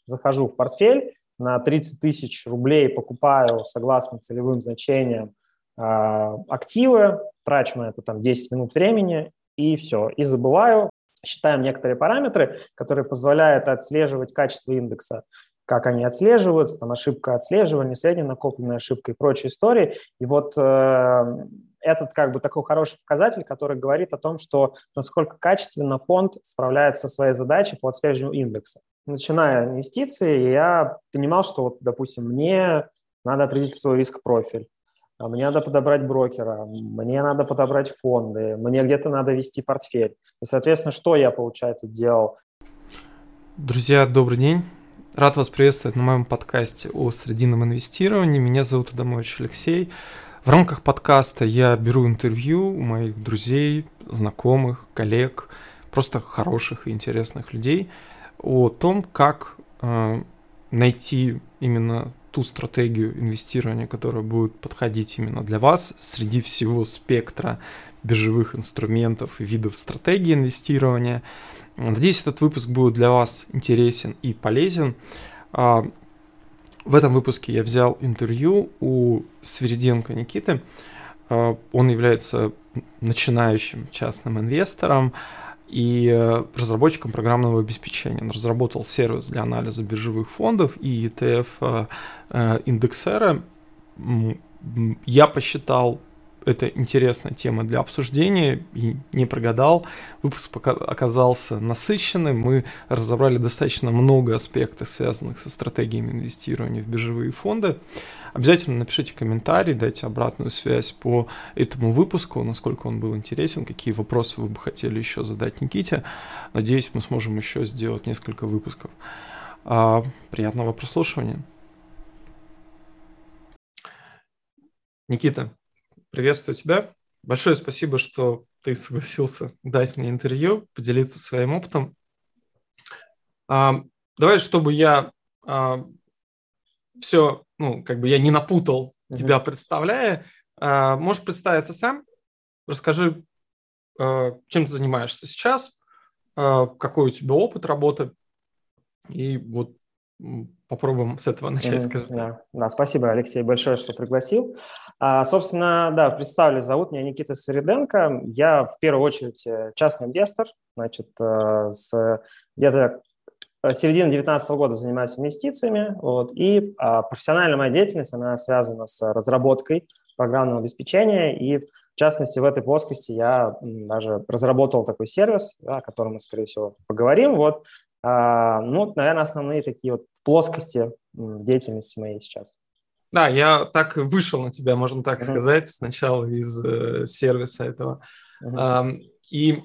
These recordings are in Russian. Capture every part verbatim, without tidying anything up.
захожу в портфель, на тридцать тысяч рублей покупаю согласно целевым значениям активы, трачу на это там десять минут времени и все, и забываю. Считаем некоторые параметры, которые позволяют отслеживать качество индекса, как они отслеживаются, там ошибка отслеживания, средненакопленная ошибка и прочие истории. И вот э, этот как бы такой хороший показатель, который говорит о том, что насколько качественно фонд справляется со своей задачей по отслеживанию индекса. Начиная инвестиции, я понимал, что, вот, допустим, мне надо определить свой риск-профиль. Мне надо подобрать брокера, мне надо подобрать фонды, мне где-то надо вести портфель. И, соответственно, что я, получается, делал? Друзья, добрый день. Рад вас приветствовать на моем подкасте о срединном инвестировании. Меня зовут Адамович Алексей. В рамках подкаста я беру интервью у моих друзей, знакомых, коллег, просто хороших и интересных людей о том, как э, найти именно ту стратегию инвестирования, которая будет подходить именно для вас среди всего спектра биржевых инструментов и видов стратегии инвестирования. Надеюсь, этот выпуск будет для вас интересен и полезен. В этом выпуске я взял интервью у Свириденко Никиты. Он является начинающим частным инвестором и разработчиком программного обеспечения. Он разработал сервис для анализа биржевых фондов и и ти эф-индексера. Я посчитал, это интересная тема для обсуждения и не прогадал. Выпуск оказался насыщенным. Мы разобрали достаточно много аспектов, связанных со стратегиями инвестирования в биржевые фонды. Обязательно напишите комментарий, дайте обратную связь по этому выпуску, насколько он был интересен, какие вопросы вы бы хотели еще задать Никите. Надеюсь, мы сможем еще сделать несколько выпусков. Приятного прослушивания. Никита, приветствую тебя. Большое спасибо, что ты согласился дать мне интервью, поделиться своим опытом. Давай, чтобы я все, ну, как бы я не напутал uh-huh. тебя, представляя, можешь представиться сам? Расскажи, чем ты занимаешься сейчас, какой у тебя опыт работы, и вот попробуем с этого начать, mm-hmm. скажи. Да. да, спасибо, Алексей, большое, что пригласил. А, собственно, да, представлюсь, зовут меня Никита Свириденко. Я в первую очередь частный инвестор, значит, с где-то середины две тысячи девятнадцатого года занимаюсь инвестициями, вот, и а, профессиональная моя деятельность, она связана с разработкой программного обеспечения, и в частности в этой плоскости я даже разработал такой сервис, да, о котором мы, скорее всего, поговорим. Вот, а, ну, наверное, основные такие вот плоскости деятельности моей сейчас. Да, я так вышел на тебя, можно так uh-huh. сказать, сначала из э, сервиса этого. Uh-huh. А, и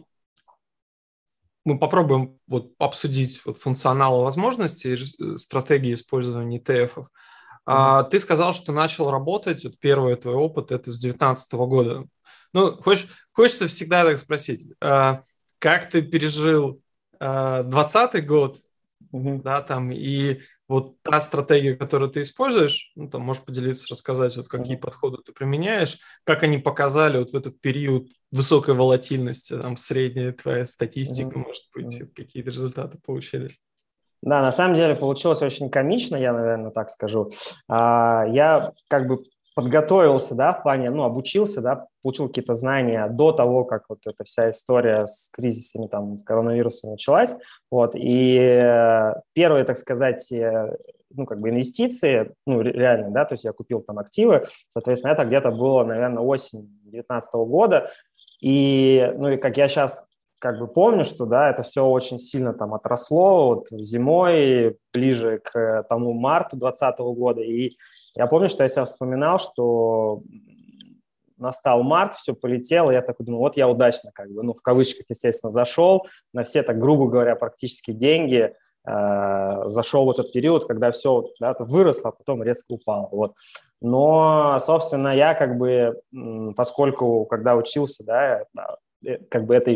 мы попробуем вот обсудить вот функционал и возможности стратегии использования и ти эф-ов. Uh-huh. А, ты сказал, что начал работать, вот первый твой опыт, это с две тысячи девятнадцатого года. Ну, хочешь, хочется всегда так спросить, а, как ты пережил а, двадцатый год, uh-huh. да, там, и вот та стратегия, которую ты используешь, ну, там, можешь поделиться, рассказать, вот какие uh-huh. подходы ты применяешь, как они показали вот в этот период высокой волатильности, там, средняя твоя статистика, uh-huh. может быть, uh-huh. какие-то результаты получились. Да, на самом деле получилось очень комично, я, наверное, так скажу. А, я как бы подготовился, да, в плане, ну, обучился, да, получил какие-то знания до того, как вот эта вся история с кризисами, там, с коронавирусом началась, вот, и первые, так сказать, ну, как бы инвестиции, ну, реально, да, то есть я купил там активы, соответственно, это где-то было, наверное, осень две тысячи девятнадцатого года, и, ну, и как я сейчас как бы помню, что, да, это все очень сильно там отросло вот зимой, ближе к тому марту двадцатого года, и я помню, что я себя вспоминал, что настал март, все полетело, я такой думаю, вот я удачно, как бы, ну, в кавычках, естественно, зашел на все, так грубо говоря, практически деньги, э, зашел в этот период, когда все, да, выросло, а потом резко упало, вот. Но, собственно, я как бы, поскольку, когда учился, да, как бы этой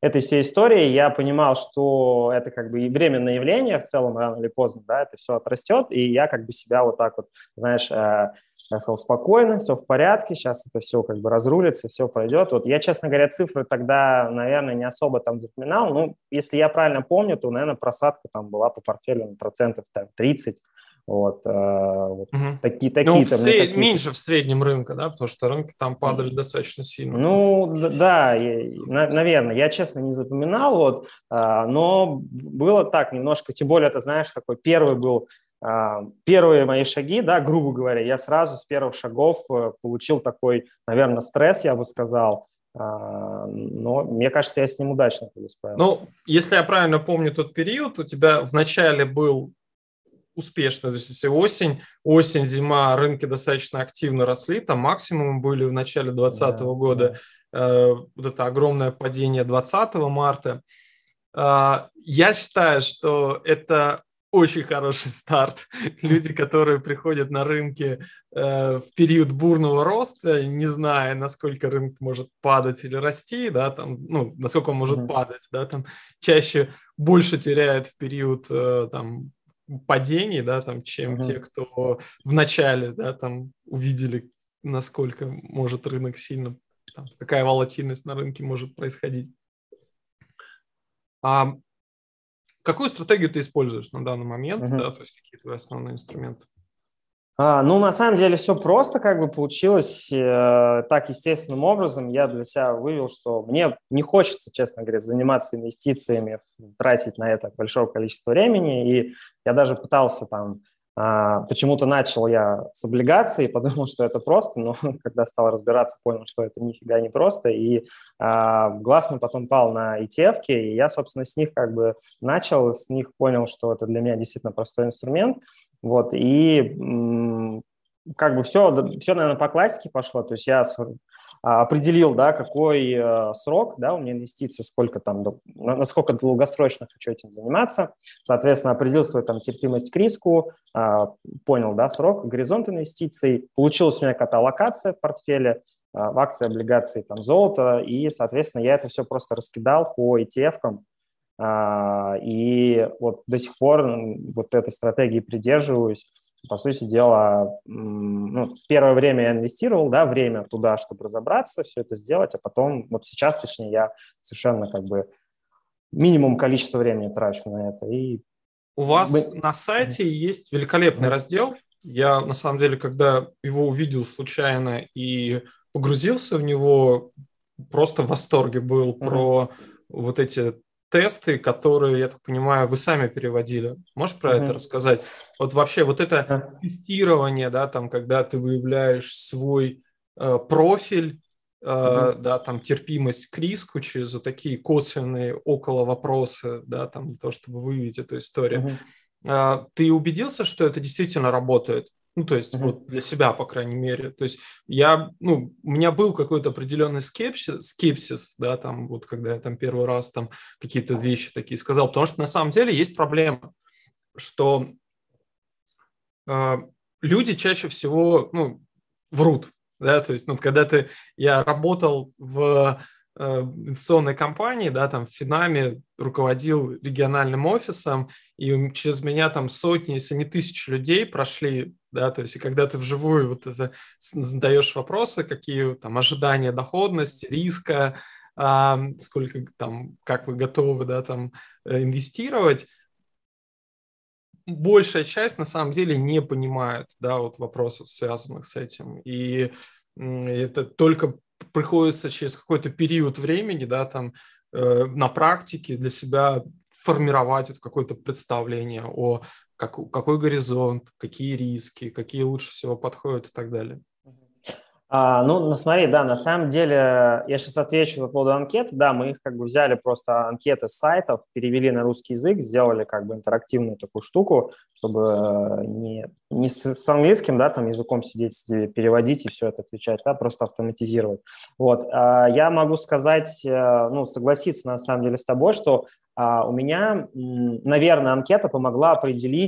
этой всей истории я понимал, что это как бы и временное явление в целом, рано или поздно, да, это все отрастет, и я как бы себя вот так вот, знаешь, э, я сказал, спокойно, все в порядке, сейчас это все как бы разрулится, все пройдет. Вот я, честно говоря, цифры тогда, наверное, не особо там запоминал, ну, если я правильно помню, то, наверное, просадка там была по портфелю на процентов там, тридцать, вот, э, вот Угу. такие, Ну, в такие-то мне сред... какие-то... меньше в среднем рынка, да, потому что рынки там падали достаточно сильно. Ну, да, наверное, я, честно, не запоминал, вот, но было так немножко, тем более, ты знаешь, такой первый был, первые мои шаги, да, грубо говоря, я сразу с первых шагов получил такой, наверное, стресс, я бы сказал, но мне кажется, я с ним удачно справился. Ну, если я правильно помню тот период, у тебя вначале был успешно, то есть если осень, осень, зима, рынки достаточно активно росли, там максимум были в начале двадцатого да, года, да. э, вот это огромное падение двадцатого марта. Э, я считаю, что это очень хороший старт. Люди, которые приходят на рынки э, в период бурного роста, не зная, насколько рынок может падать или расти, да, там, ну, насколько он может mm-hmm. падать, да, там чаще больше теряют в период э, там падений, да, там, чем uh-huh. те, кто в начале, да, там увидели, насколько может рынок сильно, там, какая волатильность на рынке может происходить. А какую стратегию ты используешь на данный момент, uh-huh. да, то есть какие твои основные инструменты? А, ну, на самом деле все просто как бы получилось э, так естественным образом. Я для себя вывел, что мне не хочется, честно говоря, заниматься инвестициями, тратить на это большое количество времени. И я даже пытался там, э, почему-то начал я с облигаций, подумал, что это просто, но когда стал разбираться, понял, что это нифига не просто. И э, глаз мой потом пал на и ти эф-ки, и я, собственно, с них как бы начал, с них понял, что это для меня действительно простой инструмент. Вот, и как бы все, все, наверное, по классике пошло. То есть я определил, да, какой срок, да, у меня инвестиции, сколько там, насколько долгосрочно хочу этим заниматься. Соответственно, определил свою там терпимость к риску, понял, да, срок, горизонт инвестиций. Получилась у меня какая-то аллокация в портфеле, в акции, облигации, там, золото. И, соответственно, я это все просто раскидал по и ти эф-кам. И вот до сих пор вот этой стратегии придерживаюсь. По сути дела, ну, первое время я инвестировал, да, время туда, чтобы разобраться, все это сделать, а потом, вот сейчас, точнее, я совершенно как бы минимум количества времени трачу на это. И... У вас на сайте есть великолепный mm-hmm. раздел. Я, на самом деле, когда его увидел случайно и погрузился в него, просто в восторге был mm-hmm. про вот эти тесты, которые, я так понимаю, вы сами переводили. Можешь про uh-huh. это рассказать? Вот вообще вот это uh-huh. тестирование, да, там, когда ты выявляешь свой э, профиль, э, uh-huh. да, там, терпимость к риску через вот такие косвенные около вопросы, да, там, для того, чтобы выявить эту историю. Uh-huh. Э, ты убедился, что это действительно работает? Ну, то есть, uh-huh. вот для себя, по крайней мере. То есть, я, ну, у меня был какой-то определенный скепсис, скепсис, да, там, вот, когда я там первый раз там какие-то вещи такие сказал, потому что на самом деле есть проблема, что э, люди чаще всего, ну, врут, да, то есть, ну, когда ты, я работал в инвестиционной компании, да, там в Финаме руководил региональным офисом, и через меня там сотни, если не тысячи людей прошли, да, то есть и когда ты вживую вот это задаешь вопросы, какие там ожидания доходности, риска, а, сколько там, как вы готовы, да, там инвестировать, большая часть на самом деле не понимает, да, вот вопросов, связанных с этим, и это только приходится через какой-то период времени, да, там, э, на практике для себя формировать вот какое-то представление о как, какой горизонт, какие риски, какие лучше всего подходят и так далее. А, ну, ну, смотри, да, на самом деле, я сейчас отвечу по поводу анкет. Да, мы их как бы взяли просто анкеты с сайтов, перевели на русский язык, сделали как бы интерактивную такую штуку, чтобы не, не с, с английским, да, там языком сидеть, переводить и все это отвечать, да, просто автоматизировать. Вот, а, я могу сказать, ну, согласиться на самом деле с тобой, что а, у меня, наверное, анкета помогла определить,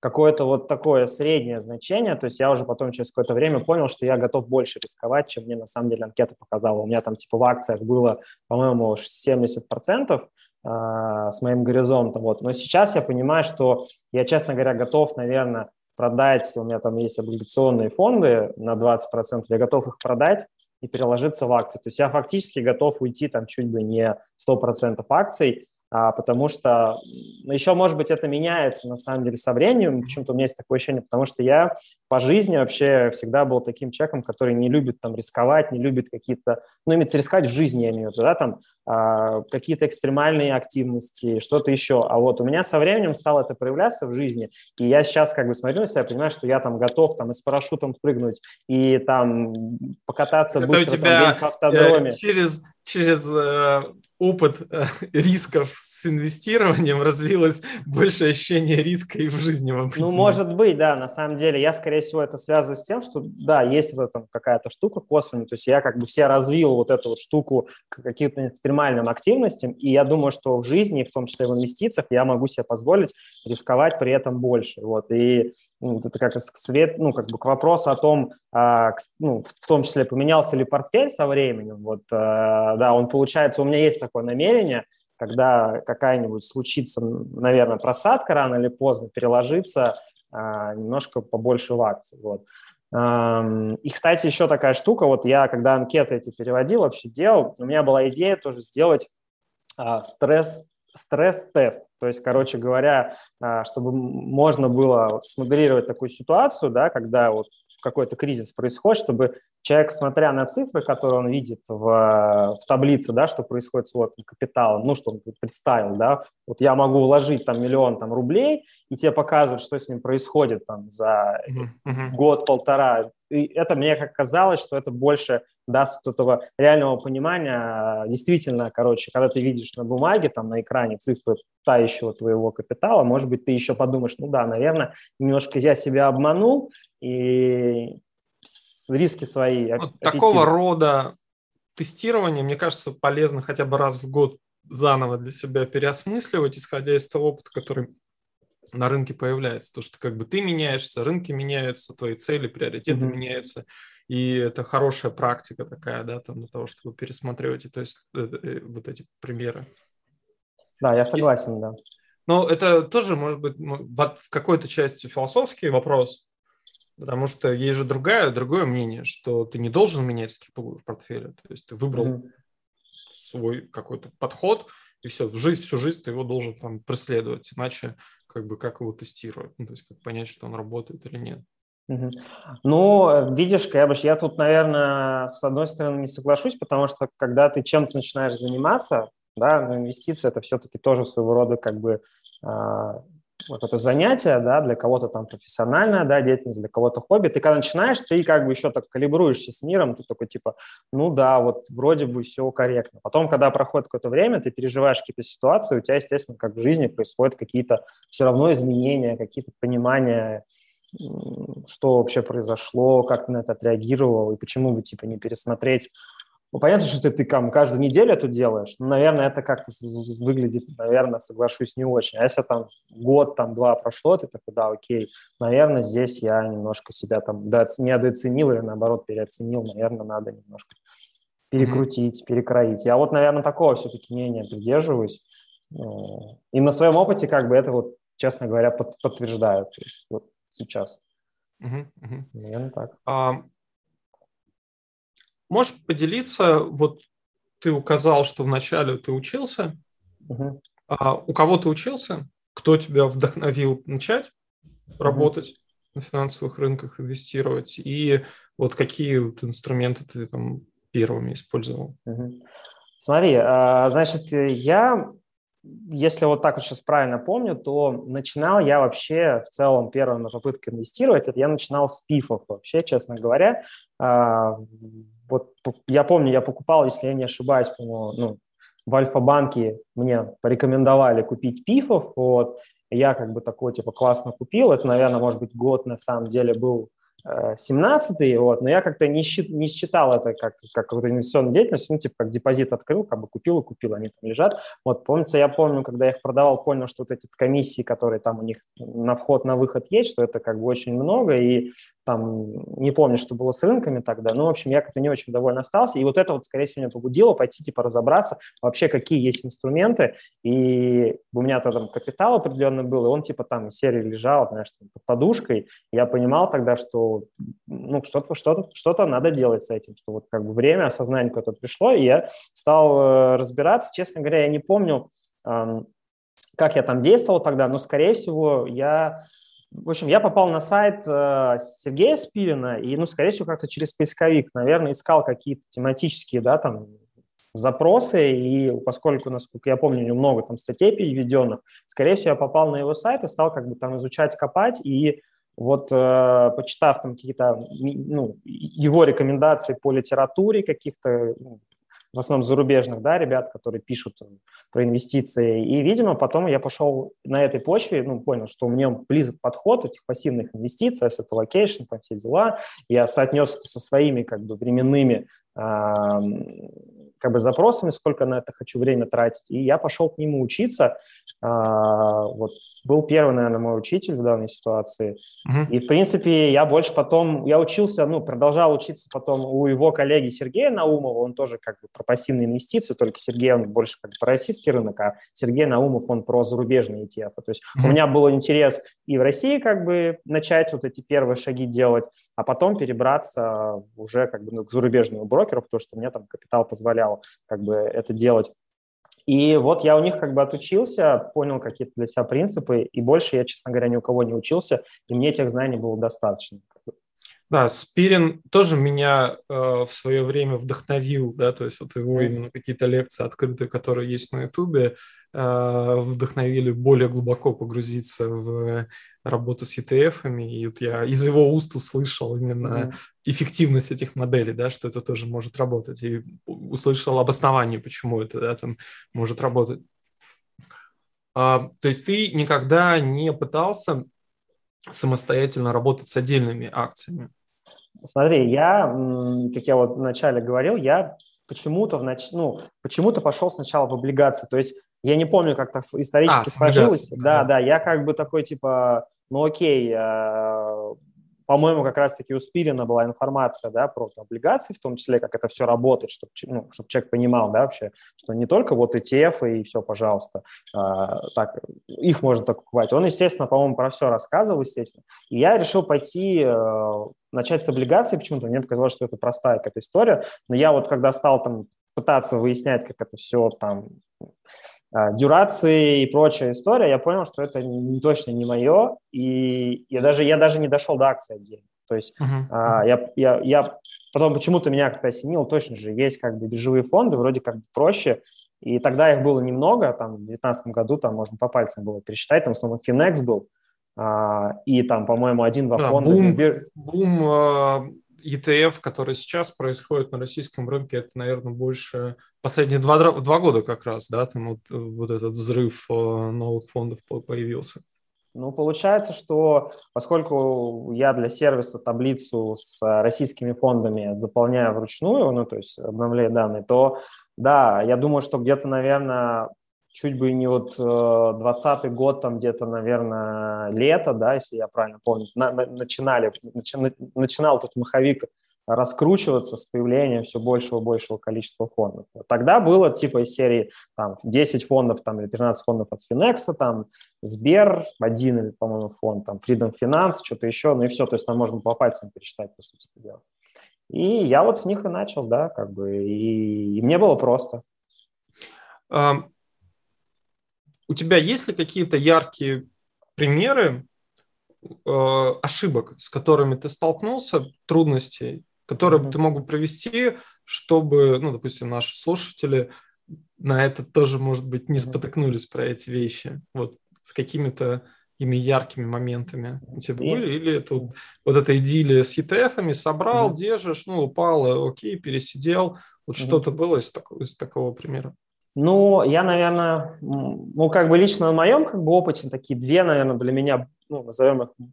какое-то вот такое среднее значение, то есть я уже потом через какое-то время понял, что я готов больше рисковать, чем мне на самом деле анкета показала. У меня там типа в акциях было, по-моему, семьдесят процентов а, с моим горизонтом, вот. Но сейчас я понимаю, что я, честно говоря, готов, наверное, продать, у меня там есть облигационные фонды на двадцать процентов, я готов их продать и переложиться в акции. То есть я фактически готов уйти там чуть бы не сто процентов акций, а, потому что ну, еще, может быть, это меняется на самом деле со временем. Почему-то у меня есть такое ощущение, потому что я по жизни вообще всегда был таким человеком, который не любит там рисковать, не любит какие-то, ну, именно рисковать в жизни, я имею в виду, да, там а, какие-то экстремальные активности, что-то еще. А вот у меня со временем стало это проявляться в жизни, и я сейчас как бы смотрю на себя, понимаю, что я там готов там и с парашютом прыгнуть, и там покататься Это быстро у тебя там, в автодроме. э, через, через э, опыт э, рисков с инвестированием развилось большее ощущение риска и в жизни в Ну, обыденной. может быть, да, на самом деле. Я, скорее всего, это связываю с тем, что, да, есть в этом какая-то штука косвенная. То есть я как бы все развил вот эту вот штуку к каким-то экстремальным активностям, и я думаю, что в жизни, в том числе в инвестициях, я могу себе позволить рисковать при этом больше. Вот. И ну, это как свет, ну, как бы к вопросу о том, а, к, ну, в том числе поменялся ли портфель со временем. Вот, а, да, он, получается, у меня есть такое намерение, когда какая-нибудь случится, наверное, просадка рано или поздно, переложиться а, немножко побольше в акции. Вот. И, кстати, еще такая штука, вот я, когда анкеты эти переводил, вообще делал, у меня была идея тоже сделать а, стресс, стресс-тест. То есть, короче говоря, а, чтобы можно было смоделировать такую ситуацию, да, когда вот какой-то кризис происходит, чтобы человек, смотря на цифры, которые он видит в, в таблице, да, что происходит с вот капиталом, ну, что он представил, да, вот я могу вложить там миллион там, рублей, и тебе показывают, что с ним происходит там за Uh-huh, uh-huh. год-полтора. И это мне как казалось, что это больше даст вот этого реального понимания. Действительно, короче, когда ты видишь на бумаге, там на экране цифры тающего твоего капитала, может быть, ты еще подумаешь, ну да, наверное, немножко я себя обманул, и риски свои. Вот такого рода тестирование, мне кажется, полезно хотя бы раз в год заново для себя переосмысливать, исходя из того опыта, который на рынке появляется. То, что как бы ты меняешься, рынки меняются, твои цели, приоритеты mm-hmm. меняются. И это хорошая практика такая, да, там, для того, чтобы пересматривать, то есть э, э, вот эти примеры. Да, я согласен, и, да. Но это тоже, может быть, в, в какой-то части философский вопрос, потому что есть же другое, другое мнение, что ты не должен менять структуру в портфеле. То есть ты выбрал mm-hmm. свой какой-то подход, и все, в жизнь, всю жизнь ты его должен там преследовать, иначе как бы как его тестировать, ну, то есть как понять, что он работает или нет. Угу. Ну, видишь, Кэбыш, я тут, наверное, с одной стороны не соглашусь, потому что когда ты чем-то начинаешь заниматься, да, ну, инвестиции – это все-таки тоже своего рода как бы э, вот это занятие, да, для кого-то там профессиональная, да, деятельность, для кого-то хобби. Ты когда начинаешь, ты как бы еще так калибруешься с миром, ты такой типа, ну да, вот вроде бы все корректно. Потом, когда проходит какое-то время, ты переживаешь какие-то ситуации, у тебя, естественно, как в жизни происходят какие-то все равно изменения, какие-то понимания, что вообще произошло, как ты на это отреагировал и почему бы типа не пересмотреть. Ну, понятно, что ты, ты там каждую неделю это делаешь, но, наверное, это как-то выглядит, наверное, соглашусь, не очень. А если там год, там два прошло, ты такой, да, окей, наверное, здесь я немножко себя там недооценил или, наоборот, переоценил, наверное, надо немножко перекрутить, mm-hmm. перекроить. Я вот, наверное, такого все-таки мнения придерживаюсь. И на своем опыте как бы это вот, честно говоря, под, подтверждаю. То есть вот сейчас. Uh-huh, uh-huh. Наверное, так. А, можешь поделиться, вот ты указал, что вначале ты учился. Uh-huh. А, у кого ты учился? Кто тебя вдохновил начать uh-huh. работать на финансовых рынках, инвестировать? И вот какие вот инструменты ты там первыми использовал? Uh-huh. Смотри, значит, я... Если вот так вот сейчас правильно помню, то начинал я вообще в целом первая моя попытка инвестировать, это я начинал с пифов вообще, честно говоря. Вот я помню, я покупал, если я не ошибаюсь, по-моему, ну, в Альфа-банке мне порекомендовали купить пифов, вот, я как бы такой, типа, классно купил, это, наверное, может быть, год на самом деле был семнадцатый, вот, но я как-то не, счит, не считал это как, как какую-то инвестиционную деятельность, ну, типа, как депозит открыл, как бы купил и купил, они там лежат. Вот, помнится, я помню, когда я их продавал, понял, что вот эти комиссии, которые там у них на вход, на выход есть, что это как бы очень много, и там, не помню, что было с рынками тогда, но, в общем, я как-то не очень доволен остался, и вот это вот, скорее всего, меня побудило пойти, типа, разобраться вообще, какие есть инструменты, и у меня там капитал определенно был, и он, типа, там из серии лежал, знаешь, там, под подушкой, я понимал тогда, что ну, что-то, что-то, что-то надо делать с этим, что вот как бы время, осознание какое-то пришло, и я стал э, разбираться. Честно говоря, я не помню, э, как я там действовал тогда, но, скорее всего, я... В общем, я попал на сайт э, Сергея Спирина, и, ну, скорее всего, как-то через поисковик, наверное, искал какие-то тематические, да, там, запросы, и поскольку, насколько я помню, у него много там статей переведенных, скорее всего, я попал на его сайт и стал как бы там изучать, копать, и вот э, почитав там какие-то, ну, его рекомендации по литературе каких-то, ну, в основном зарубежных, да, ребят, которые пишут про инвестиции, и, видимо, потом я пошел на этой почве, ну, понял, что мне близок подход этих пассивных инвестиций, asset allocation, там все дела, я соотнес это со своими как бы временными э, как бы запросами, сколько на это хочу время тратить, и я пошел к нему учиться. А, вот, был первый, наверное, мой учитель в данной ситуации. Uh-huh. И, в принципе, я больше потом, я учился, ну, продолжал учиться потом у его коллеги Сергея Наумова, он тоже как бы про пассивные инвестиции, только Сергей, он больше как бы про российский рынок, а Сергей Наумов, он про зарубежные и ти эф. То есть uh-huh. у меня был интерес и в России как бы начать вот эти первые шаги делать, а потом перебраться уже как бы ну, к зарубежному брокеру, потому что мне там капитал позволял как бы это делать. И вот я у них как бы отучился, понял какие-то для себя принципы, и больше я, честно говоря, ни у кого не учился, и мне этих знаний было достаточно. Да, Спирин тоже меня э, в свое время вдохновил, да, то есть вот его mm. именно какие-то лекции открытые, которые есть на Ютубе, э, вдохновили более глубоко погрузиться в работу с и ти эф-ами, и вот я из его уст услышал именно mm. эффективность этих моделей, да, что это тоже может работать, и услышал обоснование, почему это, да, там может работать. А, то есть ты никогда не пытался самостоятельно работать с отдельными акциями? Смотри, я, как я вот вначале говорил, я почему-то, внач... ну, почему-то пошел сначала в облигации. То есть я не помню, как так исторически а, сложилось. Да, да, да, я как бы такой типа, ну окей, э, по-моему, как раз-таки у Спирина была информация, да, про облигации, в том числе, как это все работает, чтобы, ну, чтобы человек понимал, да, вообще, что не только вот и ти эф и все, пожалуйста, э, так, их можно так покупать. Он, естественно, по-моему, про все рассказывал, естественно. И я решил пойти, э, начать с облигаций почему-то. Мне показалось, что это простая какая-то история. Но я вот, когда стал там пытаться выяснять, как это все там, дюрации и прочая история, я понял, что это не, точно не мое, и я даже, я даже не дошел до акций отдельно. То есть uh-huh. а, я, я, я потом почему-то меня как-то осенило, точно же есть как бы биржевые фонды, вроде как проще, и тогда их было немного, там в две тысячи девятнадцатом году там можно по пальцам было пересчитать, там в основном Finex был, а, и там, по-моему, один-два да, фонда. Бум, бир... бум и ти эф, который сейчас происходит на российском рынке, это, наверное, больше последние два, два года как раз, да, там вот, вот этот взрыв новых фондов появился. Ну, получается, что поскольку я для сервиса таблицу с российскими фондами заполняю вручную, ну, то есть обновляю данные, то, да, я думаю, что где-то, наверное, чуть бы не вот двадцатый год, там где-то, наверное, лето, да, если я правильно помню, на, на, начинали, начи, начинал этот маховик раскручиваться с появлением все большего и большего количества фондов. Тогда было типа из серии там, десять фондов там, или тринадцать фондов от Финекса, там, Сбер, один, или, по-моему, фонд, там, Freedom Finance, что-то еще, ну и все, то есть там можно по пальцам пересчитать, по сути дела. И я вот с них и начал, да, как бы, и, и мне было просто. Um... У тебя есть ли какие-то яркие примеры э, ошибок, с которыми ты столкнулся, трудностей, которые mm-hmm. ты мог бы привести, чтобы, ну, допустим, наши слушатели на это тоже, может быть, не mm-hmm. спотыкнулись про эти вещи? Вот с какими-то ими яркими моментами у тебя yeah. были? Или это вот, вот эта идиллия с и ти эф-ами, собрал, mm-hmm. держишь, ну, упало, окей, пересидел. Вот mm-hmm. что-то было из такого, из такого примера? Ну, я, наверное, ну, как бы лично на моем как бы, опыте такие две, наверное, для меня, ну, назовем их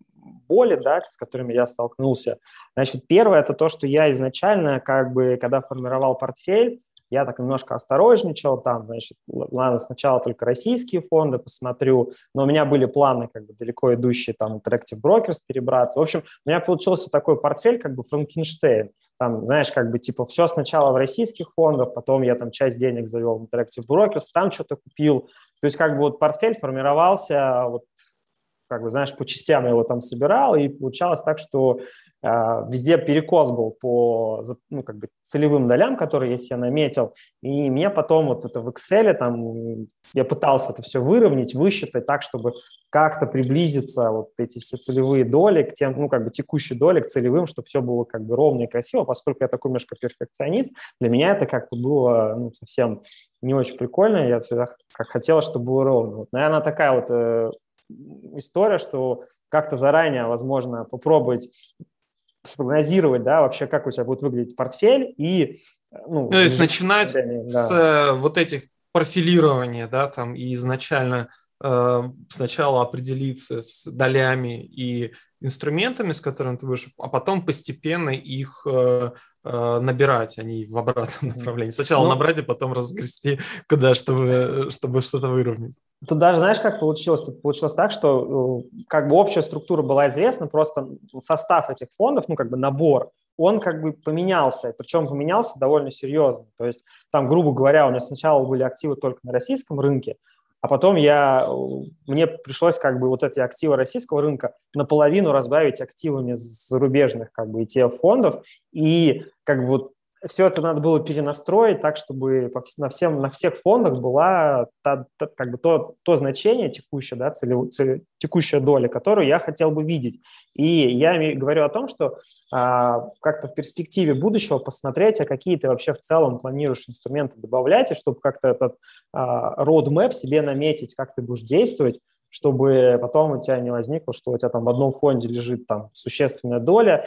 боли, да, с которыми я столкнулся. Значит, первое – это то, что я изначально, как бы, когда формировал портфель, я так немножко осторожничал, там, значит, ладно, сначала только российские фонды посмотрю, но у меня были планы как бы далеко идущие, там, Interactive Brokers перебраться. В общем, у меня получился такой портфель, как бы Франкенштейн. Там, знаешь, как бы, типа, все сначала в российских фондах, потом я там часть денег завел в Interactive Brokers, там что-то купил. То есть, как бы, вот портфель формировался, вот, как бы, знаешь, по частям я его там собирал, и получалось так, что везде перекос был по, ну, как бы целевым долям, которые я себе наметил, и мне потом вот это в Excel, там, я пытался это все выровнять, высчитать так, чтобы как-то приблизиться вот эти все целевые доли к тем, ну, как бы текущей доли, к целевым, чтобы все было как бы ровно и красиво, поскольку я такой немножко перфекционист, для меня это как-то было, ну, совсем не очень прикольно, я всегда как хотел, чтобы было ровно. Вот, наверное, такая вот э, история, что как-то заранее, возможно, попробовать спрогнозировать, да, вообще, как у тебя будет выглядеть портфель и, ну, То есть начинать да. с э, вот этих профилирования, да, там, и изначально э, сначала определиться с долями и инструментами, с которыми ты будешь, а потом постепенно их э, э, набирать, а не в обратном направлении. Сначала ну, набрать, а потом разгрести куда, чтобы, чтобы что-то выровнять. Тут даже, знаешь, как получилось? Тут получилось так, что как бы общая структура была известна, просто состав этих фондов, ну, как бы набор, он как бы поменялся, причем поменялся довольно серьезно. То есть там, грубо говоря, у меня сначала были активы только на российском рынке, а потом я, мне пришлось как бы вот эти активы российского рынка наполовину разбавить активами зарубежных как бы и ти эф-фондов, и как бы вот все это надо было перенастроить так, чтобы на, всем, на всех фондах была та, та, как бы то, то значение текущее, да, целев, целев, текущая доля, которую я хотел бы видеть. И я говорю о том, что а, как-то в перспективе будущего посмотреть, а какие ты вообще в целом планируешь инструменты добавлять, и чтобы как-то этот а, roadmap себе наметить, как ты будешь действовать, чтобы потом у тебя не возникло, что у тебя там в одном фонде лежит там существенная доля,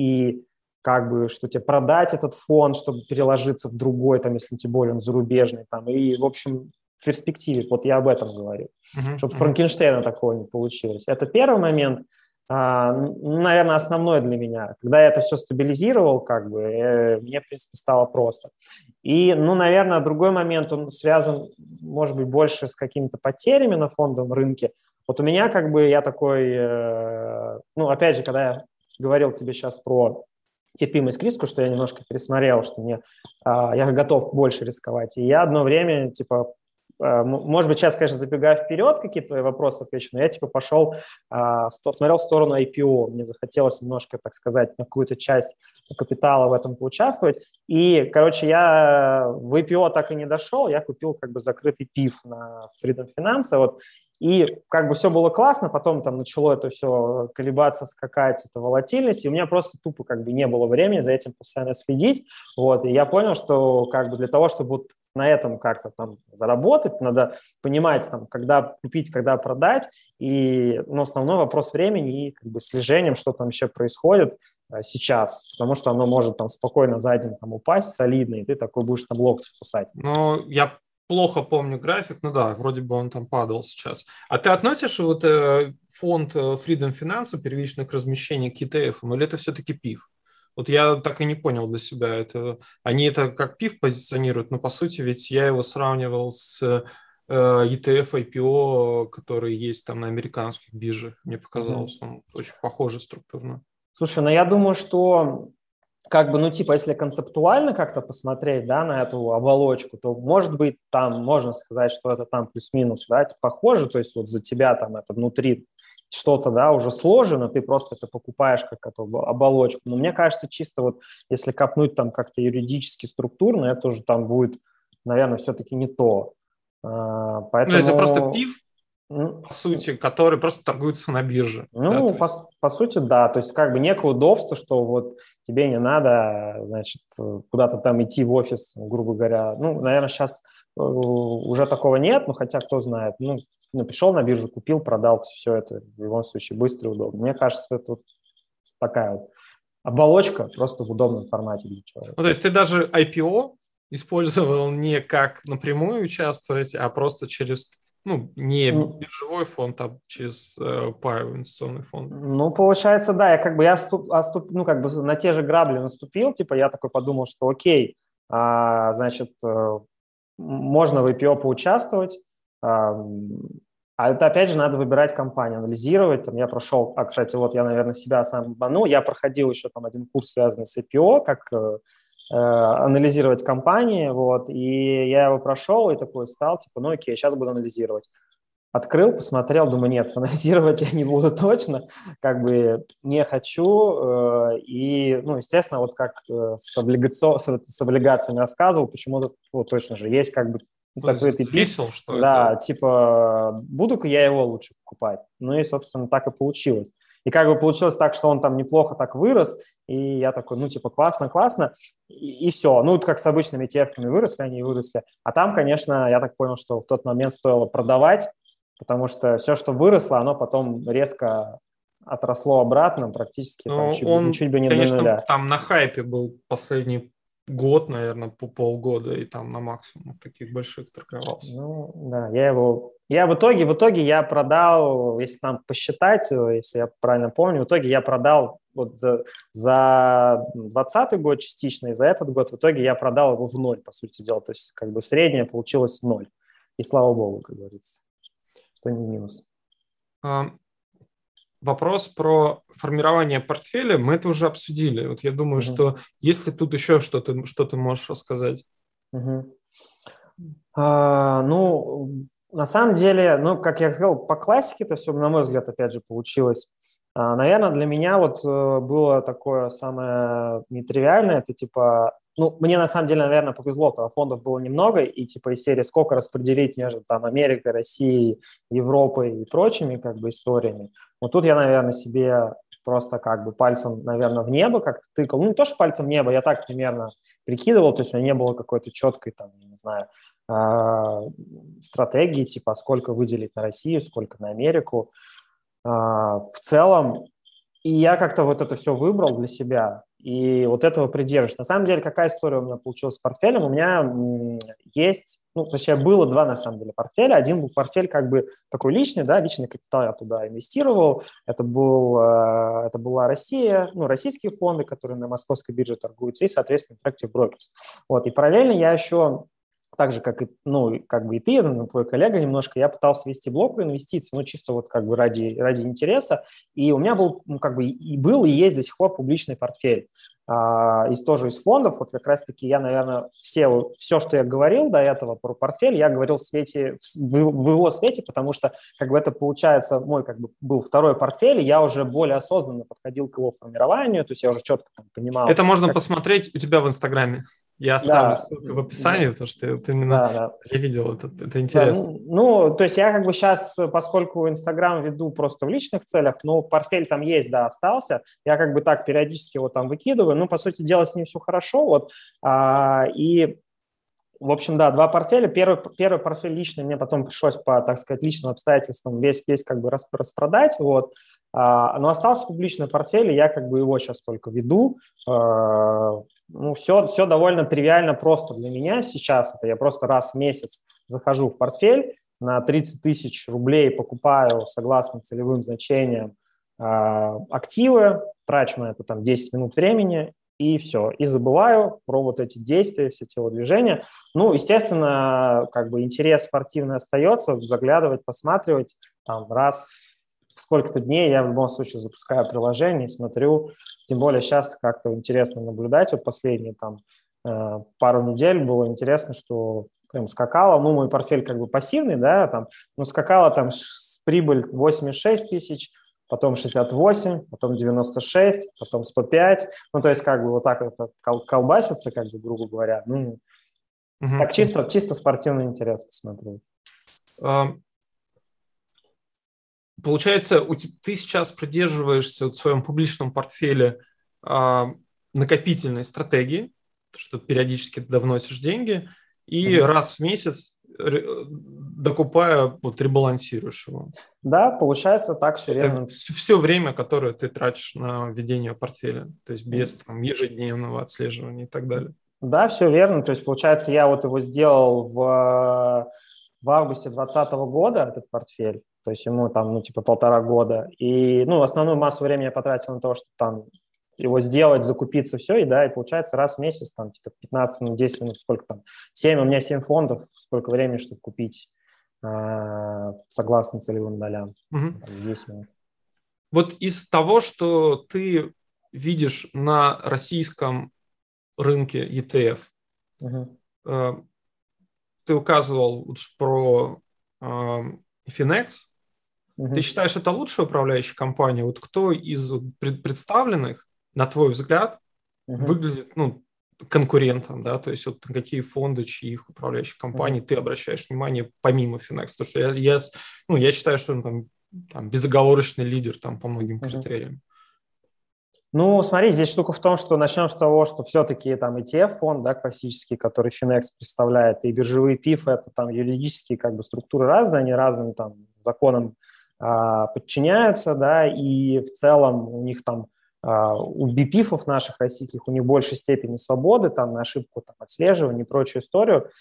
и как бы, что тебе продать этот фонд, чтобы переложиться в другой, там, если тем более он зарубежный, там, и, в общем, в перспективе, вот я об этом говорю, uh-huh, чтобы uh-huh. Франкенштейна такого не получилось. Это первый момент, а, наверное, основной для меня. Когда я это все стабилизировал, как бы, э, мне, в принципе, стало просто. И, ну, наверное, другой момент, он связан, может быть, больше с какими-то потерями на фондовом рынке. Вот у меня, как бы, я такой, э, ну, опять же, когда я говорил тебе сейчас про терпимость к риску, что я немножко пересмотрел, что мне, а, я готов больше рисковать. И я одно время, типа, а, может быть, сейчас, конечно, забегая вперед, какие-то твои вопросы отвечу, но я, типа, пошел, а, смотрел в сторону ай пи о. Мне захотелось немножко, так сказать, на какую-то часть капитала в этом поучаствовать. И, короче, я в ай пи о так и не дошел, я купил, как бы, закрытый пиф на Freedom Finance, вот. И как бы все было классно, потом там начало это все колебаться, скакать, это волатильность, и у меня просто тупо как бы не было времени за этим постоянно следить, вот, и я понял, что как бы для того, чтобы вот на этом как-то там заработать, надо понимать, там, когда купить, когда продать, и, ну, основной вопрос времени и как бы слежением, что там еще происходит сейчас, потому что оно может там спокойно за день там упасть солидно, и ты такой будешь там локти кусать. Ну, я плохо помню график, ну да, вроде бы он там падал сейчас. А ты относишь вот э, фонд Freedom Finance первично к размещению к и ти эф, или это все-таки пиф? Вот я так и не понял для себя. Это, они это как пиф позиционируют, но по сути ведь я его сравнивал с э, и ти эф ай пи о, который есть там на американских биржах. Мне показалось, mm-hmm. он очень похожий структурно. Слушай, ну я думаю, что как бы, ну, типа, если концептуально как-то посмотреть, да, на эту оболочку, то, может быть, там можно сказать, что это там плюс-минус, да, похоже, то есть вот за тебя там это внутри что-то, да, уже сложено, ты просто это покупаешь как эту оболочку. Но мне кажется, чисто вот если копнуть там как-то юридически, структурно, это уже там будет, наверное, все-таки не то. Поэтому... Ну, это просто пиф, по сути, который просто торгуется на бирже. Ну, да, по, есть... по сути, да. То есть как бы некое удобство, что вот тебе не надо, значит, куда-то там идти в офис, грубо говоря. Ну, наверное, сейчас уже такого нет, но хотя кто знает. Ну, пришел на биржу, купил, продал, все это в любом случае быстро и удобно. Мне кажется, это вот такая вот оболочка просто в удобном формате для человека. Ну, то есть ты даже ай пи о использовал не как напрямую участвовать, а просто через Ну, не Ну, биржевой фонд, а через э, паевый инвестиционный фонд. ну, получается, да, я как бы я ступ, оступ- ну, как бы на те же грабли наступил, типа я такой подумал, что окей, а, значит, э, можно в ай пи о поучаствовать, а, а это, опять же, надо выбирать компанию, анализировать. Там я прошел, а, кстати, вот я, наверное, себя сам бану, я проходил еще там один курс, связанный с ай пи о, как э, э, анализировать компании, вот, и я его прошел и такой стал, типа, ну окей, сейчас буду анализировать. Открыл, посмотрел, думаю, нет, анализировать я не буду точно, как бы не хочу. э, И, ну, естественно, вот как э, с, облигацио- с, с облигациями рассказывал, почему-то вот, точно же есть как бы закрытый пик. Взвесил, что это... Да, типа, буду-ка я его лучше покупать. Ну и, собственно, так и получилось. И как бы получилось так, что он там неплохо так вырос, и я такой, ну, типа, классно, классно, и, и все. Ну, вот как с обычными тефками выросли, они и выросли. А там, конечно, я так понял, что в тот момент стоило продавать, потому что все, что выросло, оно потом резко отросло обратно, практически там Ну, чуть, бы- он, чуть бы не до конечно, нуля. там на хайпе был последний год, наверное, по полгода, и там на максимум таких больших торговался. Ну, да, я его... Я в итоге, в итоге я продал, если там посчитать, если я правильно помню, в итоге я продал вот за, за двадцатый год частично, и за этот год в итоге я продал его в ноль, по сути дела. То есть как бы среднее получилось ноль. И слава богу, как говорится, что не минус. А, Вопрос про формирование портфеля мы это уже обсудили. Вот я думаю, Угу. что если тут еще что-то, что ты можешь рассказать. Угу. А, ну, на самом деле, ну, как я сказал, по классике это все, на мой взгляд, опять же, получилось. А, наверное, для меня вот э, было такое самое нетривиальное, это типа, ну, мне на самом деле, наверное, повезло, тогда фондов было немного, и типа из серии сколько распределить между там Америкой, Россией, Европой и прочими как бы историями. Вот тут я, наверное, себе просто как бы пальцем, наверное, в небо как-то тыкал. Ну, не то, что пальцем в небо, я так примерно прикидывал, то есть у меня не было какой-то четкой, там, я не знаю, а, стратегии, типа сколько выделить на Россию, сколько на Америку. А, в целом, и я как-то вот это все выбрал для себя, и вот этого придерживаюсь. На самом деле, какая история у меня получилась с портфелем? У меня м, есть, ну, точнее, было два, на самом деле, портфеля. Один был портфель как бы такой личный, да, личный капитал я туда инвестировал. Это, был, э, это была Россия, ну, российские фонды, которые на московской бирже торгуются, и, соответственно, Interactive Brokers. Вот, и параллельно я еще так же, как и, ну, как бы и ты, ну, твой коллега немножко, я пытался вести блог про инвестиции, ну, чисто вот как бы ради, ради интереса, и у меня был, ну, как бы и был, и есть до сих пор публичный портфель. А, из тоже из фондов, вот как раз-таки я, наверное, все, все, что я говорил до этого про портфель, я говорил в свете, в, в его свете, потому что, как бы это получается, мой как бы был второй портфель, и я уже более осознанно подходил к его формированию, то есть я уже четко там понимал, Это можно как... посмотреть у тебя в Инстаграме. Я оставлю Да, ссылку в да, описании, потому что это именно да, да. я видел, это, это Да, интересно. ну, ну, то есть я как бы сейчас, поскольку Инстаграм веду просто в личных целях, но портфель там есть, да, остался, я как бы так периодически его там выкидываю, ну, по сути дела, с ним все хорошо, вот, а, и, в общем, да, два портфеля, первый, первый портфель личный мне потом пришлось по, так сказать, личным обстоятельствам весь, весь как бы распродать, вот, а, но остался публичный портфель, и я как бы его сейчас только веду, а, ну, все, все довольно тривиально просто для меня сейчас. Это я просто раз в месяц захожу в портфель, на тридцать тысяч рублей покупаю, согласно целевым значениям, активы, трачу на это там десять минут времени, и все. И забываю про вот эти действия, все телодвижения. Ну, естественно, как бы интерес спортивный остается, заглядывать, посматривать. Там раз в сколько-то дней я в любом случае запускаю приложение, смотрю. Тем более сейчас как-то интересно наблюдать. Вот последние там э, пару недель было интересно, что прям скакало. Ну, мой портфель как бы пассивный, да, там, но скакало там с прибыль восемьдесят шесть тысяч, потом шестьдесят восемь, потом девяносто шесть, потом сто пять. Ну, то есть как бы вот так это кол- колбасится, как бы, грубо говоря. Ну, так Угу. чисто, чисто спортивный интерес посмотреть. Получается, у te- ты сейчас придерживаешься вот в своем публичном портфеле а, накопительной стратегии, что периодически туда вносишь деньги, и Мгм. раз в месяц, ре- докупая, вот ребалансируешь его. Да, получается так, все Это верно. все время, которое ты тратишь на ведение портфеля, то есть без там, ежедневного отслеживания и так далее. Да, все верно. То есть, получается, я вот его сделал в в августе двадцатого года, этот портфель, то есть ему там, ну, типа полтора года, и, ну, основную массу времени я потратил на то, чтобы там его сделать, закупиться, все, и, да, и получается раз в месяц, там, типа пятнадцать минут, десять минут, сколько там, семь, у меня семь фондов, сколько времени, чтобы купить э, согласно целевым долям, Мгм. там, десять минут. Вот из того, что ты видишь на российском рынке и ти эф, Угу. э, ты указывал вот про э, Finex. Ты Угу. считаешь, это лучшая управляющая компания? Вот кто из пред- представленных, на твой взгляд, Угу. выглядит, ну, конкурентом, да, то есть вот какие фонды, чьих управляющих компаний Угу. ты обращаешь внимание помимо Finex? Потому что я, я, с- ну, я считаю, что он там, там безоговорочный лидер там по многим Угу. критериям. Ну, смотри, здесь штука в том, что начнем с того, что все-таки там и ти эф-фонд, да, классический, который Finex представляет, и биржевые пифы, это там юридические как бы структуры разные, они разным там законам а, подчиняются, да, и в целом у них там а, у би пифов наших российских у них большей степени свободы там на ошибку там, отслеживания и прочую историю.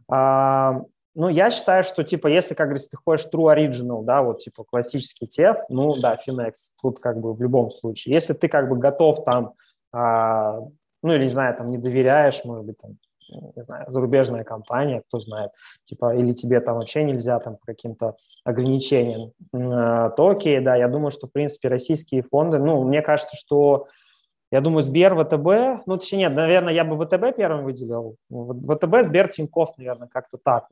А, ну, я считаю, что, типа, если, как говорится, ты хочешь true original, да, вот, типа, классический ти эф, ну, да, Finex, тут, как бы, в любом случае. Если ты, как бы, готов там, а, ну, или, не знаю, там, не доверяешь, может быть, там, не знаю, зарубежная компания, кто знает, типа, или тебе там вообще нельзя там по каким-то ограничениям, а, то окей, да, я думаю, что, в принципе, российские фонды, ну, мне кажется, что я думаю, Сбер, ВТБ, ну, точнее, нет, наверное, я бы ВТБ первым выделил. ВТБ, Сбер, Тинькофф, наверное, как-то так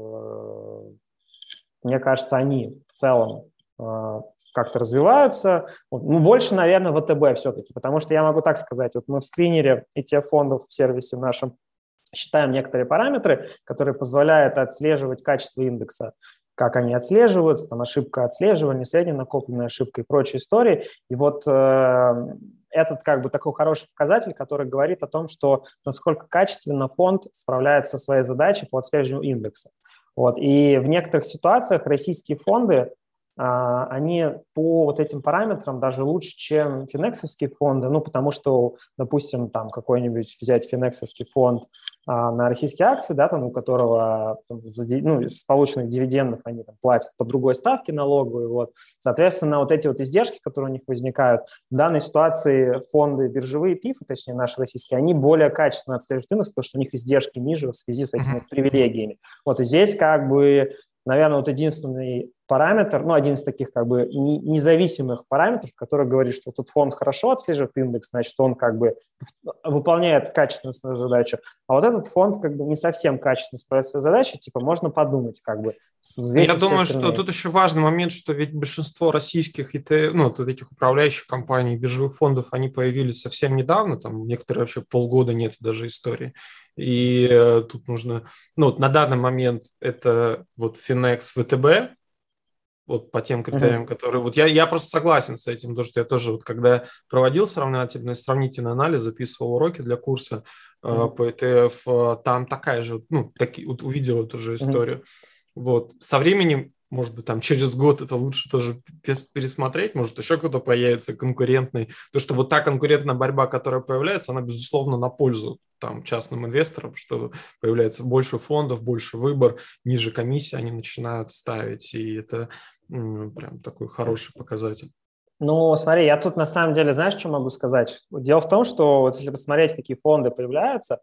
вот. Мне кажется, они в целом как-то развиваются. Ну, больше, наверное, ВТБ все-таки, потому что я могу так сказать, вот мы в скринере и ти эф-фондов в сервисе нашем считаем некоторые параметры, которые позволяют отслеживать качество индекса, как они отслеживаются, там ошибка отслеживания, средненакопленная ошибка и прочие истории. И вот э, этот как бы такой хороший показатель, который говорит о том, что насколько качественно фонд справляется со своей задачей по отслеживанию индекса. Вот. И в некоторых ситуациях российские фонды, они по вот этим параметрам даже лучше, чем финексовские фонды, ну, потому что, допустим, там какой-нибудь взять финексовский фонд а, на российские акции, да, там, у которого там, за, ну, с полученных дивидендов они там, платят по другой ставке налоговой, вот. Соответственно, вот эти вот издержки, которые у них возникают, в данной ситуации фонды биржевые пифы, точнее, наши российские, они более качественно отслеживают индекс, потому что у них издержки ниже в связи с этими вот привилегиями. Вот, и здесь как бы, наверное, вот единственный параметр, ну, один из таких как бы независимых параметров, который говорит, что тут фонд хорошо отслеживает индекс, значит, он как бы выполняет качественную свою задачу, а вот этот фонд как бы не совсем качественно справляется с задачей, типа можно подумать, как бы Я взвесив все думаю, что остальные. тут еще важный момент, что ведь большинство российских и ти эф, ну, вот этих управляющих компаний, биржевых фондов, они появились совсем недавно, там некоторые вообще полгода нету даже истории. И э, тут нужно, ну, на данный момент это вот Finex, ВТБ, вот по тем критериям, Угу. которые... Вот я, я просто согласен с этим, потому что я тоже, вот когда проводил сравнительный, сравнительный анализ, записывал уроки для курса э, Угу. по и ти эф, э, там такая же, ну, таки, вот увидел эту же историю. Угу. Вот. Со временем, может быть, там через год это лучше тоже пересмотреть, может, еще кто-то появится конкурентный. То, что вот та конкурентная борьба, которая появляется, она, безусловно, на пользу там частным инвесторам, что появляется больше фондов, больше выбор, ниже комиссии они начинают ставить, и это м, прям такой хороший показатель. Ну, смотри, я тут на самом деле, знаешь, что могу сказать? Дело в том, что вот если посмотреть, какие фонды появляются,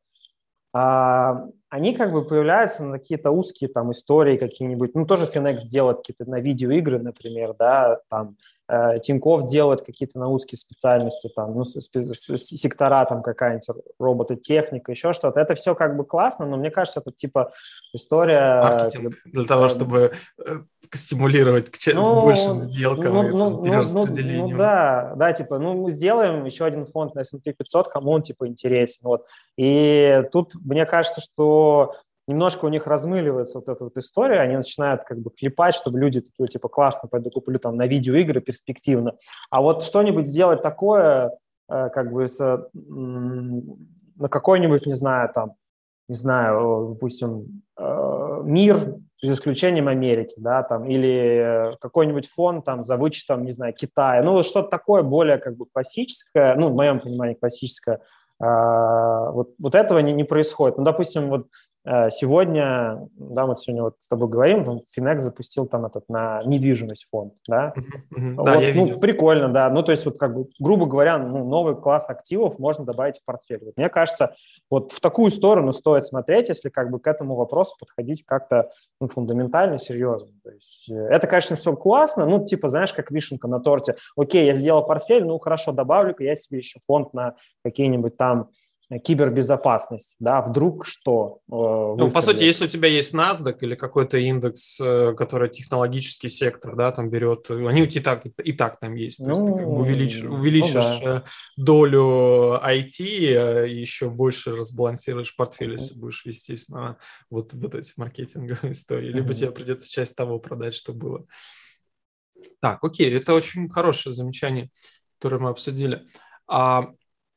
а, они как бы появляются на какие-то узкие там истории какие-нибудь. Ну, тоже Finex делает какие-то на видеоигры, например, да, там э, Тинькофф делает какие-то на узкие специальности, там, ну, спе- сектора, там какая-нибудь робототехника, еще что-то. Это все как бы классно, но мне кажется, это типа история... Маркетинг для того, э, чтобы э, стимулировать к, че- к большим Ну, сделкам ну, и там, ну, ну, ну, ну перераспределению. да, да, типа, ну мы сделаем еще один фонд на эс энд пи пятьсот, кому он типа интересен, вот. И тут мне кажется, что немножко у них размыливается вот эта вот история, они начинают как бы клепать, чтобы люди такие типа классно, пойду куплю там на видеоигры перспективно. А вот что-нибудь сделать такое, э, как бы с, м, на какой-нибудь, не знаю, там, не знаю, допустим, э, мир, за исключением Америки, да, там, или какой-нибудь фонд там за вычетом, не знаю, Китая, ну, вот что-то такое более как бы классическое, ну, в моем понимании классическое, э, вот, вот этого не, не происходит. Ну, допустим, вот Сегодня, да, вот сегодня вот с тобой говорим, Финекс запустил там этот на недвижимость фонд, да. Uh-huh, uh-huh. Да, Вот, я ну, видел. прикольно, да. Ну, то есть, вот как бы, грубо говоря, ну, новый класс активов можно добавить в портфель. Вот, мне кажется, вот в такую сторону стоит смотреть, если как бы к этому вопросу подходить как-то ну, фундаментально, серьезно. То есть, это, конечно, все классно, ну, типа, знаешь, как вишенка на торте. Окей, я сделал портфель, ну, хорошо, добавлю-ка я себе еще фонд на какие-нибудь там кибербезопасность, да, вдруг что э, Ну, по сути, если у тебя есть NASDAQ или какой-то индекс, который технологический сектор, да, там берет, они у тебя и так, и так там есть, то ну, есть ты как бы увеличишь, увеличишь ну, да. долю ай ти, и еще больше разбалансируешь портфель, если будешь вестись на вот, вот эти маркетинговые истории, либо mm-hmm. тебе придется часть того продать, что было. Так, окей, это очень хорошее замечание, которое мы обсудили. А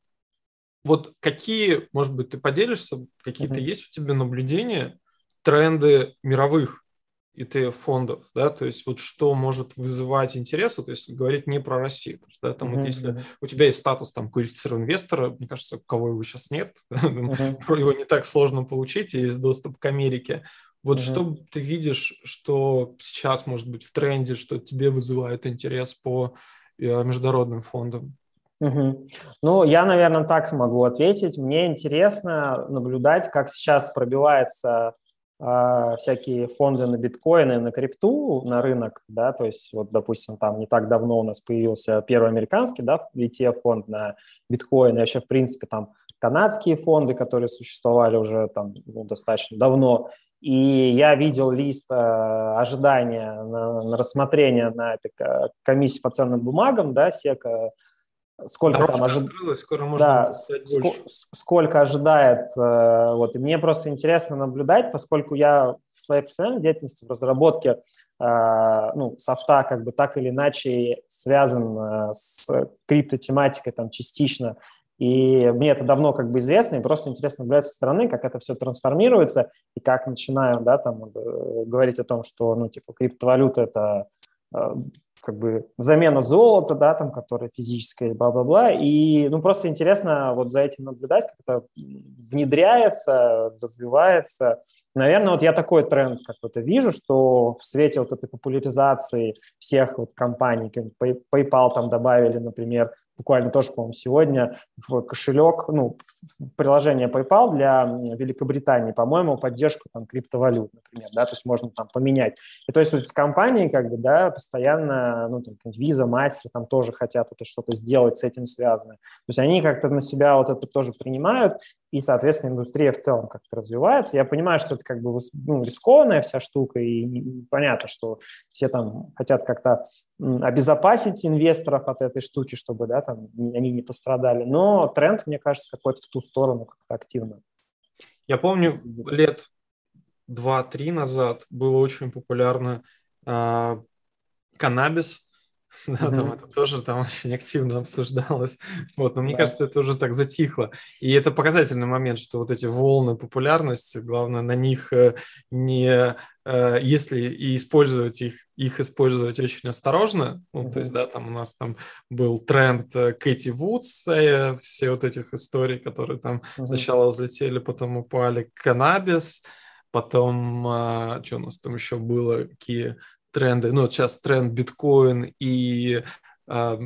вот какие, может быть, ты поделишься, какие-то mm-hmm. есть у тебя наблюдения, тренды мировых и ти эф-фондов, да, то есть вот что может вызывать интерес, вот если говорить не про Россию, потому что да, там mm-hmm. вот если у тебя есть статус там квалифицированного инвестора, мне кажется, у кого его сейчас нет, mm-hmm. его не так сложно получить, и есть доступ к Америке. Вот mm-hmm. что ты видишь, что сейчас может быть в тренде, что тебе вызывает интерес по международным фондам? Угу. Ну, я, наверное, так могу ответить. Мне интересно наблюдать, как сейчас пробиваются э, всякие фонды на биткоины, на крипту, на рынок, да, то есть вот, допустим, там не так давно у нас появился первый американский, да, и ти эф-фонд на биткоин, и вообще, в принципе, там канадские фонды, которые существовали уже там ну, достаточно давно, и я видел лист э, ожидания на, на рассмотрение на этой комиссии по ценным бумагам, да, сека. Сколько Дорожка там ожид... открылась, скоро можно да, будет ск- больше. Сколько ожидает, э, вот, и мне просто интересно наблюдать, поскольку я в своей профессиональной деятельности в разработке э, ну, софта как бы так или иначе связан э, с криптотематикой там частично, и мне это давно как бы известно, и просто интересно наблюдать со стороны, как это все трансформируется, и как начинаю, да, там, э, говорить о том, что, ну, типа, криптовалюта – это э, как бы замена золота, да, там, которое физическое, бла-бла-бла, и, ну, просто интересно вот за этим наблюдать, как это внедряется, развивается. Наверное, вот я такой тренд как-то вижу, что в свете вот этой популяризации всех вот компаний, как PayPal там добавили, например, буквально тоже, по-моему, сегодня в кошелек, ну, в приложение PayPal для Великобритании, по-моему, поддержку там криптовалют, например, да, то есть можно там поменять. И то есть вот эти компании, как бы, да, постоянно, ну, там, Visa, Master там тоже хотят это что-то сделать с этим связанное. То есть они как-то на себя вот это тоже принимают, и, соответственно, индустрия в целом как-то развивается. Я понимаю, что это как бы ну, рискованная вся штука, и понятно, что все там хотят как-то обезопасить инвесторов от этой штуки, чтобы, да, там, они не пострадали. Но тренд, мне кажется, какой-то в ту сторону как-то активно. Я помню, лет два-три назад было очень популярно э, каннабис. Да, mm-hmm. там это тоже там очень активно обсуждалось. Вот, но мне да. кажется, это уже так затихло. И это показательный момент, что вот эти волны популярности, главное на них не, если и использовать их, их использовать очень осторожно. Ну, mm-hmm. то есть, да, там у нас там был тренд Кэти Вудс, все вот этих историй, которые там mm-hmm. сначала взлетели, потом упали, каннабис, потом, что у нас там еще было, какие тренды, ну, сейчас тренд биткоин и э,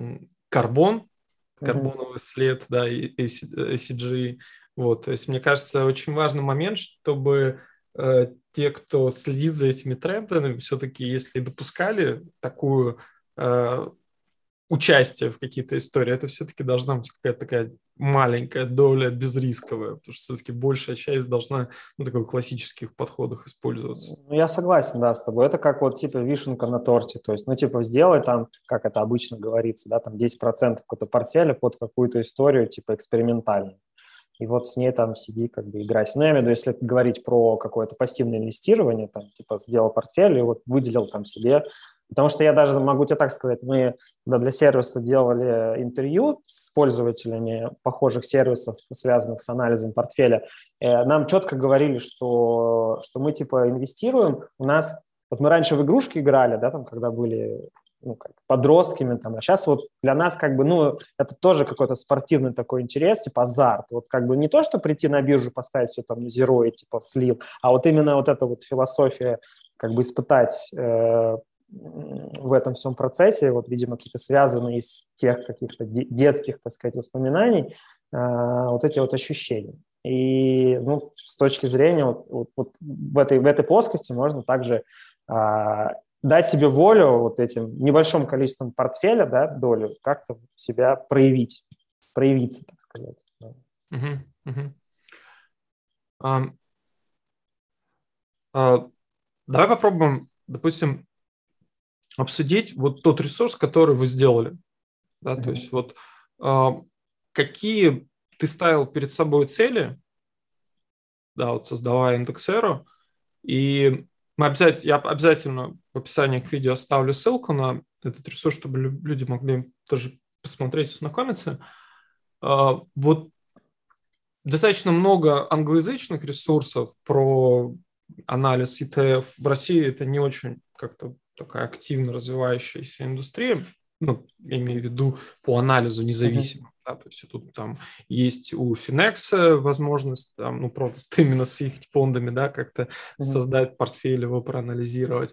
карбон, карбоновый mm-hmm. след, да, и эй си джи. Вот, то есть, мне кажется, очень важный момент, чтобы э, те, кто следит за этими трендами, все-таки, если допускали такую э, участие в какие-то истории, это все-таки должна быть какая-то такая маленькая доля безрисковая, потому что все-таки большая часть должна ну, такой в классических подходах использоваться. Я согласен, да, с тобой. Это как вот типа вишенка на торте, то есть, ну, типа, сделай там, как это обычно говорится, да, там десять процентов какого-то портфеля под какую-то историю, типа, экспериментальную. И вот с ней там сиди, как бы играть. Ну, я имею в виду, если говорить про какое-то пассивное инвестирование, там, типа, сделал портфель и вот выделил там себе. Потому что я даже могу тебе так сказать, мы да, для сервиса делали интервью с пользователями похожих сервисов, связанных с анализом портфеля. Нам четко говорили, что, что мы типа инвестируем. У нас, вот мы раньше в игрушки играли, да, там, когда были ну, как, подростками, там, а сейчас вот для нас как бы, ну, это тоже какой-то спортивный такой интерес, типа азарт, вот как бы не то, что прийти на биржу, поставить все там на зеро и типа слил, а вот именно вот эта вот философия, как бы испытать э, в этом всем процессе, вот, видимо, какие-то связанные из тех каких-то детских, так сказать, воспоминаний, э, вот эти вот ощущения. И, ну, с точки зрения вот, вот, вот в, этой, в этой плоскости можно также а, дать себе волю вот этим небольшим количеством портфеля, да, долю, как-то себя проявить, проявиться, так сказать. Uh-huh, uh-huh. А, а, давай попробуем, допустим, обсудить вот тот ресурс, который вы сделали. Да, uh-huh. То есть вот а, какие ты ставил перед собой цели, да, вот создавая Indexero, и мы обязательно, я обязательно в описании к видео оставлю ссылку на этот ресурс, чтобы люди могли тоже посмотреть, ознакомиться. А, вот достаточно много англоязычных ресурсов про анализ и ти эф. В России это не очень как-то такая активно развивающаяся индустрия. Ну, я имею в виду по анализу независимо. Uh-huh. Да, то есть тут там есть у Finex возможность, там, ну, просто именно с их фондами, да, как-то uh-huh. создать портфель, его проанализировать.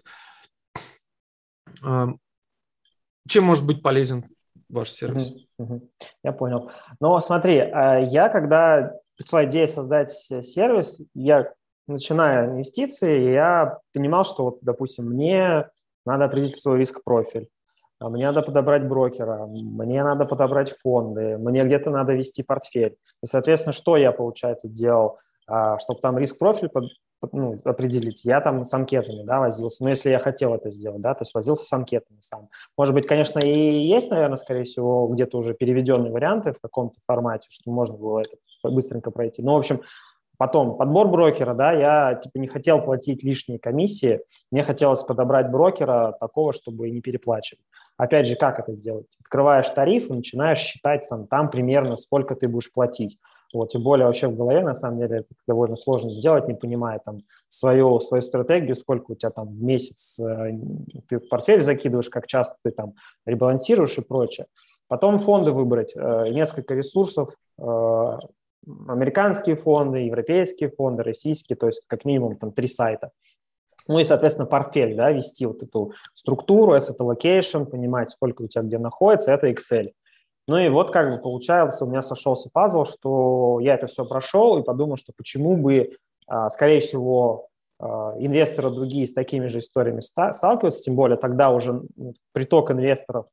Чем может быть полезен ваш сервис? Uh-huh. Uh-huh. Я понял. Но смотри, я когда пришла идея создать сервис, я, начиная инвестиции, я понимал, что, вот, допустим, мне надо определить свой риск-профиль. Мне надо подобрать брокера, мне надо подобрать фонды, мне где-то надо вести портфель. И, соответственно, что я, получается, делал, чтобы там риск-профиль под, под, ну, определить? Я там с анкетами, да, возился. Ну, если я хотел это сделать, да, то есть возился с анкетами сам. Может быть, конечно, и есть, наверное, скорее всего, где-то уже переведенные варианты в каком-то формате, что можно было это быстренько пройти. Ну, в общем, потом подбор брокера, да, я типа не хотел платить лишние комиссии, мне хотелось подобрать брокера такого, чтобы не переплачивать. Опять же, как это делать? Открываешь тариф и начинаешь считать сам там примерно, сколько ты будешь платить. Вот, тем более вообще в голове, на самом деле, это довольно сложно сделать, не понимая там свою, свою стратегию, сколько у тебя там в месяц э, ты в портфель закидываешь, как часто ты там ребалансируешь и прочее. Потом фонды выбрать, э, несколько ресурсов, э, американские фонды, европейские фонды, российские, то есть как минимум там три сайта. Ну и, соответственно, портфель, да, вести вот эту структуру, asset allocation, понимать, сколько у тебя где находится, это Excel. Ну и вот как бы получается, у меня сошелся пазл, что я это все прошел и подумал, что почему бы, скорее всего, инвесторы другие с такими же историями сталкиваются, тем более тогда уже приток инвесторов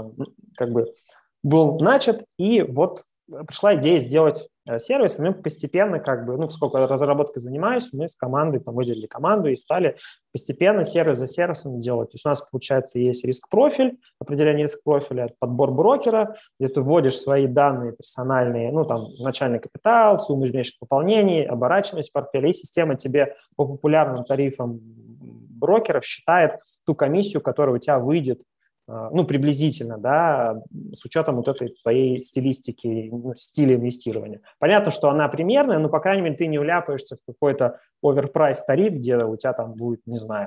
как бы был начат, и вот пришла идея сделать сервис, и мы постепенно, как бы, ну, сколько я разработкой занимаюсь, мы с командой там выделили команду и стали постепенно сервис за сервисом делать. То есть у нас, получается, есть риск-профиль, определение риск-профиля, подбор брокера, где ты вводишь свои данные персональные, ну, там, начальный капитал, сумму ежемесячных пополнений, оборачиваемость портфеля, и система тебе по популярным тарифам брокеров считает ту комиссию, которая у тебя выйдет, ну, приблизительно, да, с учетом вот этой твоей стилистики, ну, стиля инвестирования. Понятно, что она примерная, но, по крайней мере, ты не вляпаешься в какой-то оверпрайс тариф, где у тебя там будет, не знаю,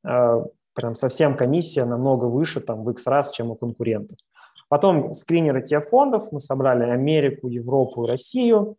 прям совсем комиссия намного выше, там, в икс раз, чем у конкурентов. Потом скринеры тех фондов, мы собрали Америку, Европу и Россию.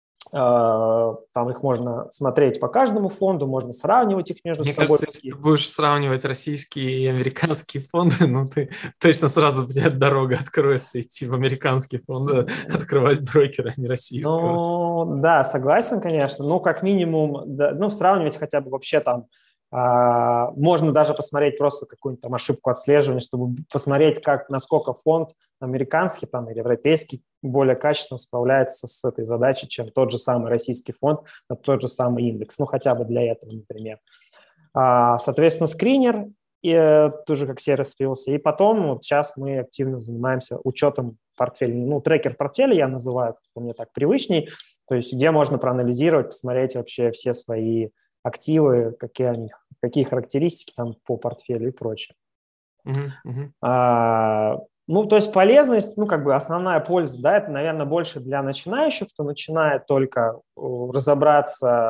Там их можно смотреть по каждому фонду, можно сравнивать их между Мне собой. Мне кажется, если ты будешь сравнивать российские и американские фонды, ну ты точно сразу у тебя дорога откроется идти в американские фонды, открывать брокера, а не российского. Ну, да, согласен, конечно. Ну, как минимум, да, ну, сравнивать хотя бы вообще там, а, можно даже посмотреть просто какую-нибудь там ошибку отслеживания, чтобы посмотреть, как, насколько фонд американский там, или европейский более качественно справляется с этой задачей, чем тот же самый российский фонд, тот же самый индекс. Ну, хотя бы для этого, например. А, соответственно, скринер и, тоже как сервис появился. И потом, вот сейчас мы активно занимаемся учетом портфеля. Ну, трекер портфеля я называю, как-то мне так привычней. То есть где можно проанализировать, посмотреть вообще все свои активы, какие у них, какие характеристики там по портфелю и прочее. Uh-huh, uh-huh. А, ну, то есть полезность, ну, как бы основная польза, да, это, наверное, больше для начинающих, кто начинает только разобраться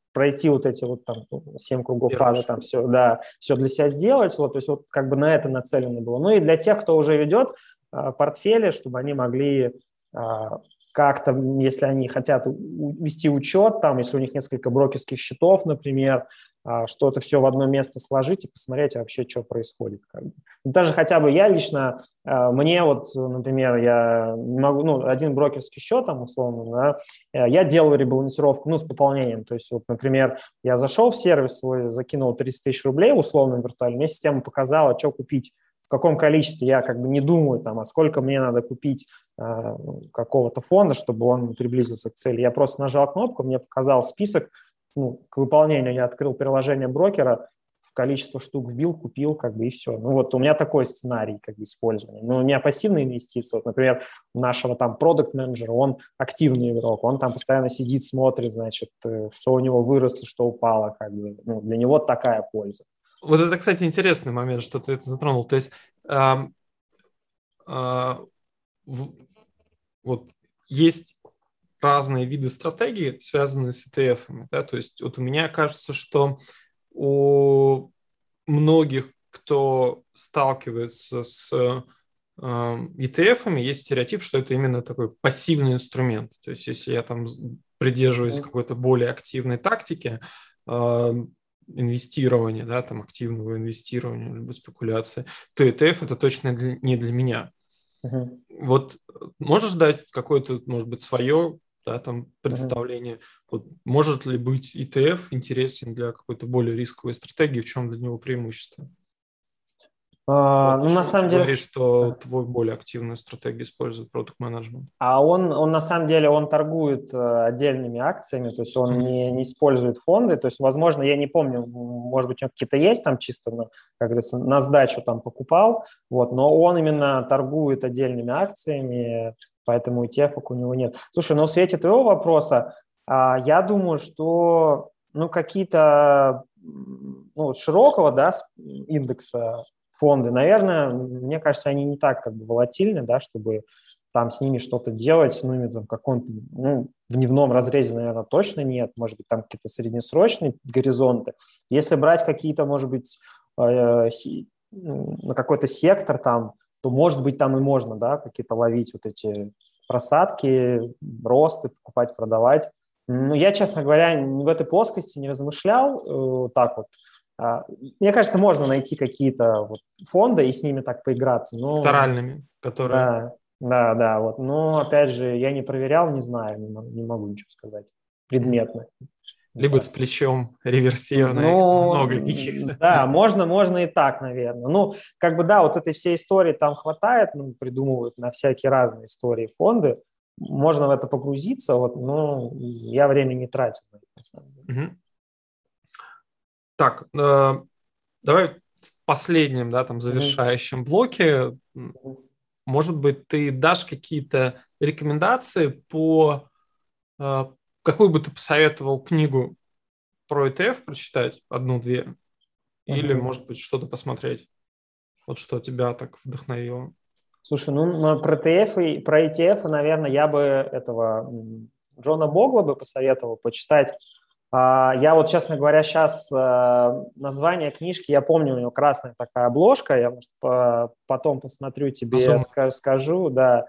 пройти вот эти вот там семь кругов ада, там все, да, все для себя сделать, вот, то есть вот как бы на это нацелено было. Ну и для тех, кто уже ведет а, портфели, чтобы они могли а, как-то, если они хотят вести учет, там, если у них несколько брокерских счетов, например, что-то все в одно место сложить и посмотреть вообще, что происходит. Как бы. Даже хотя бы я лично, мне вот, например, я не могу, ну, один брокерский счет, там, условно, да, я делаю ребалансировку, ну, с пополнением. То есть, вот, например, я зашел в сервис свой, закинул тридцать тысяч рублей условно виртуально, мне система показала, что купить, в каком количестве, я как бы не думаю, там, а сколько мне надо купить э, какого-то фонда, чтобы он приблизился к цели. Я просто нажал кнопку, мне показал список, ну, к выполнению я открыл приложение брокера, количество штук вбил, купил, как бы, и все. Ну, вот у меня такой сценарий, как бы, использования. Но у меня пассивные инвестиции, вот, например, у нашего там продакт-менеджера, он активный игрок, он там постоянно сидит, смотрит, значит, что у него выросло, что упало, как бы, ну, для него такая польза. Вот это, кстати, интересный момент, что ты это затронул. То есть э, э, в, вот есть разные виды стратегий, связанные с и ти эф-ами. Да? То есть вот у меня кажется, что у многих, кто сталкивается с э, и ти эф-ами, есть стереотип, что это именно такой пассивный инструмент. То есть если я там придерживаюсь какой-то более активной тактики, э, инвестирования, да, там активного инвестирования либо спекуляции, то и ти эф это точно для, не для меня. Uh-huh. Вот можешь дать какое-то, может быть, свое, да, там представление, uh-huh. вот, может ли быть и ти эф интересен для какой-то более рисковой стратегии, в чем для него преимущество? Uh, вот, ну, на самом деле... Говоришь, что uh-huh. твой более активную стратегию использует продакт-менеджмент. А он, он на самом деле, он торгует uh, отдельными акциями, то есть он uh-huh. не, не использует фонды, то есть, возможно, я не помню, может быть, у него какие-то есть там чисто, на, как говорится, на сдачу там покупал, вот, но он именно торгует отдельными акциями, поэтому и ти эф у него нет. Слушай, ну в свете твоего вопроса, uh, я думаю, что, ну, какие-то, ну, широкого, да, индекса фонды, наверное, мне кажется, они не так как бы волатильны, да, чтобы там с ними что-то делать, ну, именно там каком-то, ну, в дневном разрезе, наверное, точно нет, может быть, там какие-то среднесрочные горизонты. Если брать какие-то, может быть, э, си, на какой-то сектор там, то, может быть, там и можно, да, какие-то ловить вот эти просадки, росты, покупать, продавать. Но я, честно говоря, в этой плоскости не размышлял э, так вот. Мне кажется, можно найти какие-то вот фонды и с ними так поиграться. Но... Вторальными, которые... Да, да, да. Вот. Но, опять же, я не проверял, не знаю, не могу ничего сказать предметно. Либо да. с плечом реверсивно, ну, много каких-то. Да, можно, можно и так, наверное. Ну, как бы, да, вот этой всей истории там хватает, ну, придумывают на всякие разные истории фонды. Можно в это погрузиться, вот, но я время не тратил на это, на самом деле. Угу. Так, э, давай в последнем, да, там, завершающем mm-hmm. блоке, может быть, ты дашь какие-то рекомендации по, э, какую бы ты посоветовал книгу про и ти эф прочитать, одну-две, mm-hmm. или, может быть, что-то посмотреть, вот что тебя так вдохновило? Слушай, ну, про, ти эф и, про и ти эф, наверное, я бы этого Джона Богла бы посоветовал почитать. Я вот, честно говоря, сейчас название книжки, я помню, у него красная такая обложка, я, может, потом посмотрю тебе, скажу, да,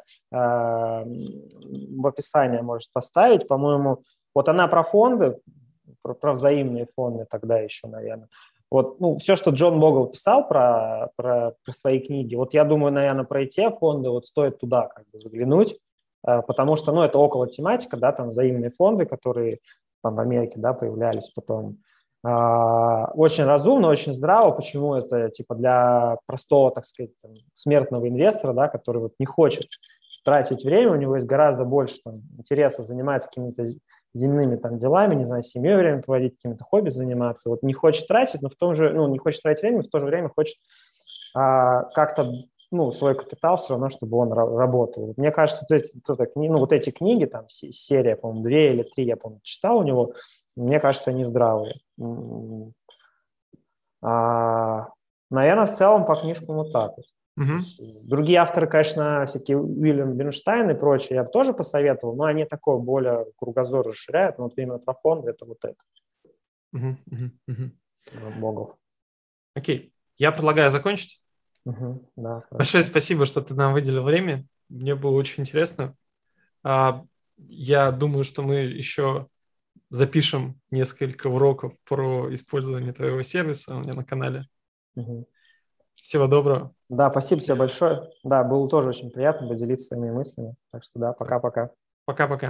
в описании можешь поставить, по-моему, вот она про фонды, про, про взаимные фонды тогда еще, наверное. Вот, ну, все, что Джон Богл писал про, про, про свои книги, вот я думаю, наверное, про и ти эф-фонды вот стоит туда как бы заглянуть, потому что, ну, это около тематика, да, там взаимные фонды, которые там в Америке, да, появлялись потом. А, очень разумно, очень здраво. Почему это, типа, для простого, так сказать, там, смертного инвестора, да, который вот не хочет тратить время, у него есть гораздо больше там интереса заниматься какими-то земными там делами, не знаю, с семьей время проводить, какими-то хобби заниматься. Вот не хочет тратить, но в том же, ну, не хочет тратить время, в то же время хочет а, как-то, ну, свой капитал все равно, чтобы он работал. Мне кажется, вот эти, ну, вот эти книги, там, серия, по-моему, две или три, я, помню, читал у него, мне кажется, они здравые. А, наверное, в целом по книжкам вот так вот. Uh-huh. Другие авторы, конечно, всякие Уильям Бернштайн и прочие, я бы тоже посоветовал, но они такой более кругозор расширяют, но вот именно про фонды это вот это. Угу, угу, угу. Богов. Окей, я предлагаю закончить. Угу, да, Большое спасибо, что ты нам выделил время. Мне было очень интересно. Я думаю, что мы еще запишем несколько уроков про использование твоего сервиса у меня на канале. Угу. Всего доброго. Да, спасибо тебе большое. Да, было тоже очень приятно поделиться своими мыслями. Так что да, пока-пока. Пока-пока.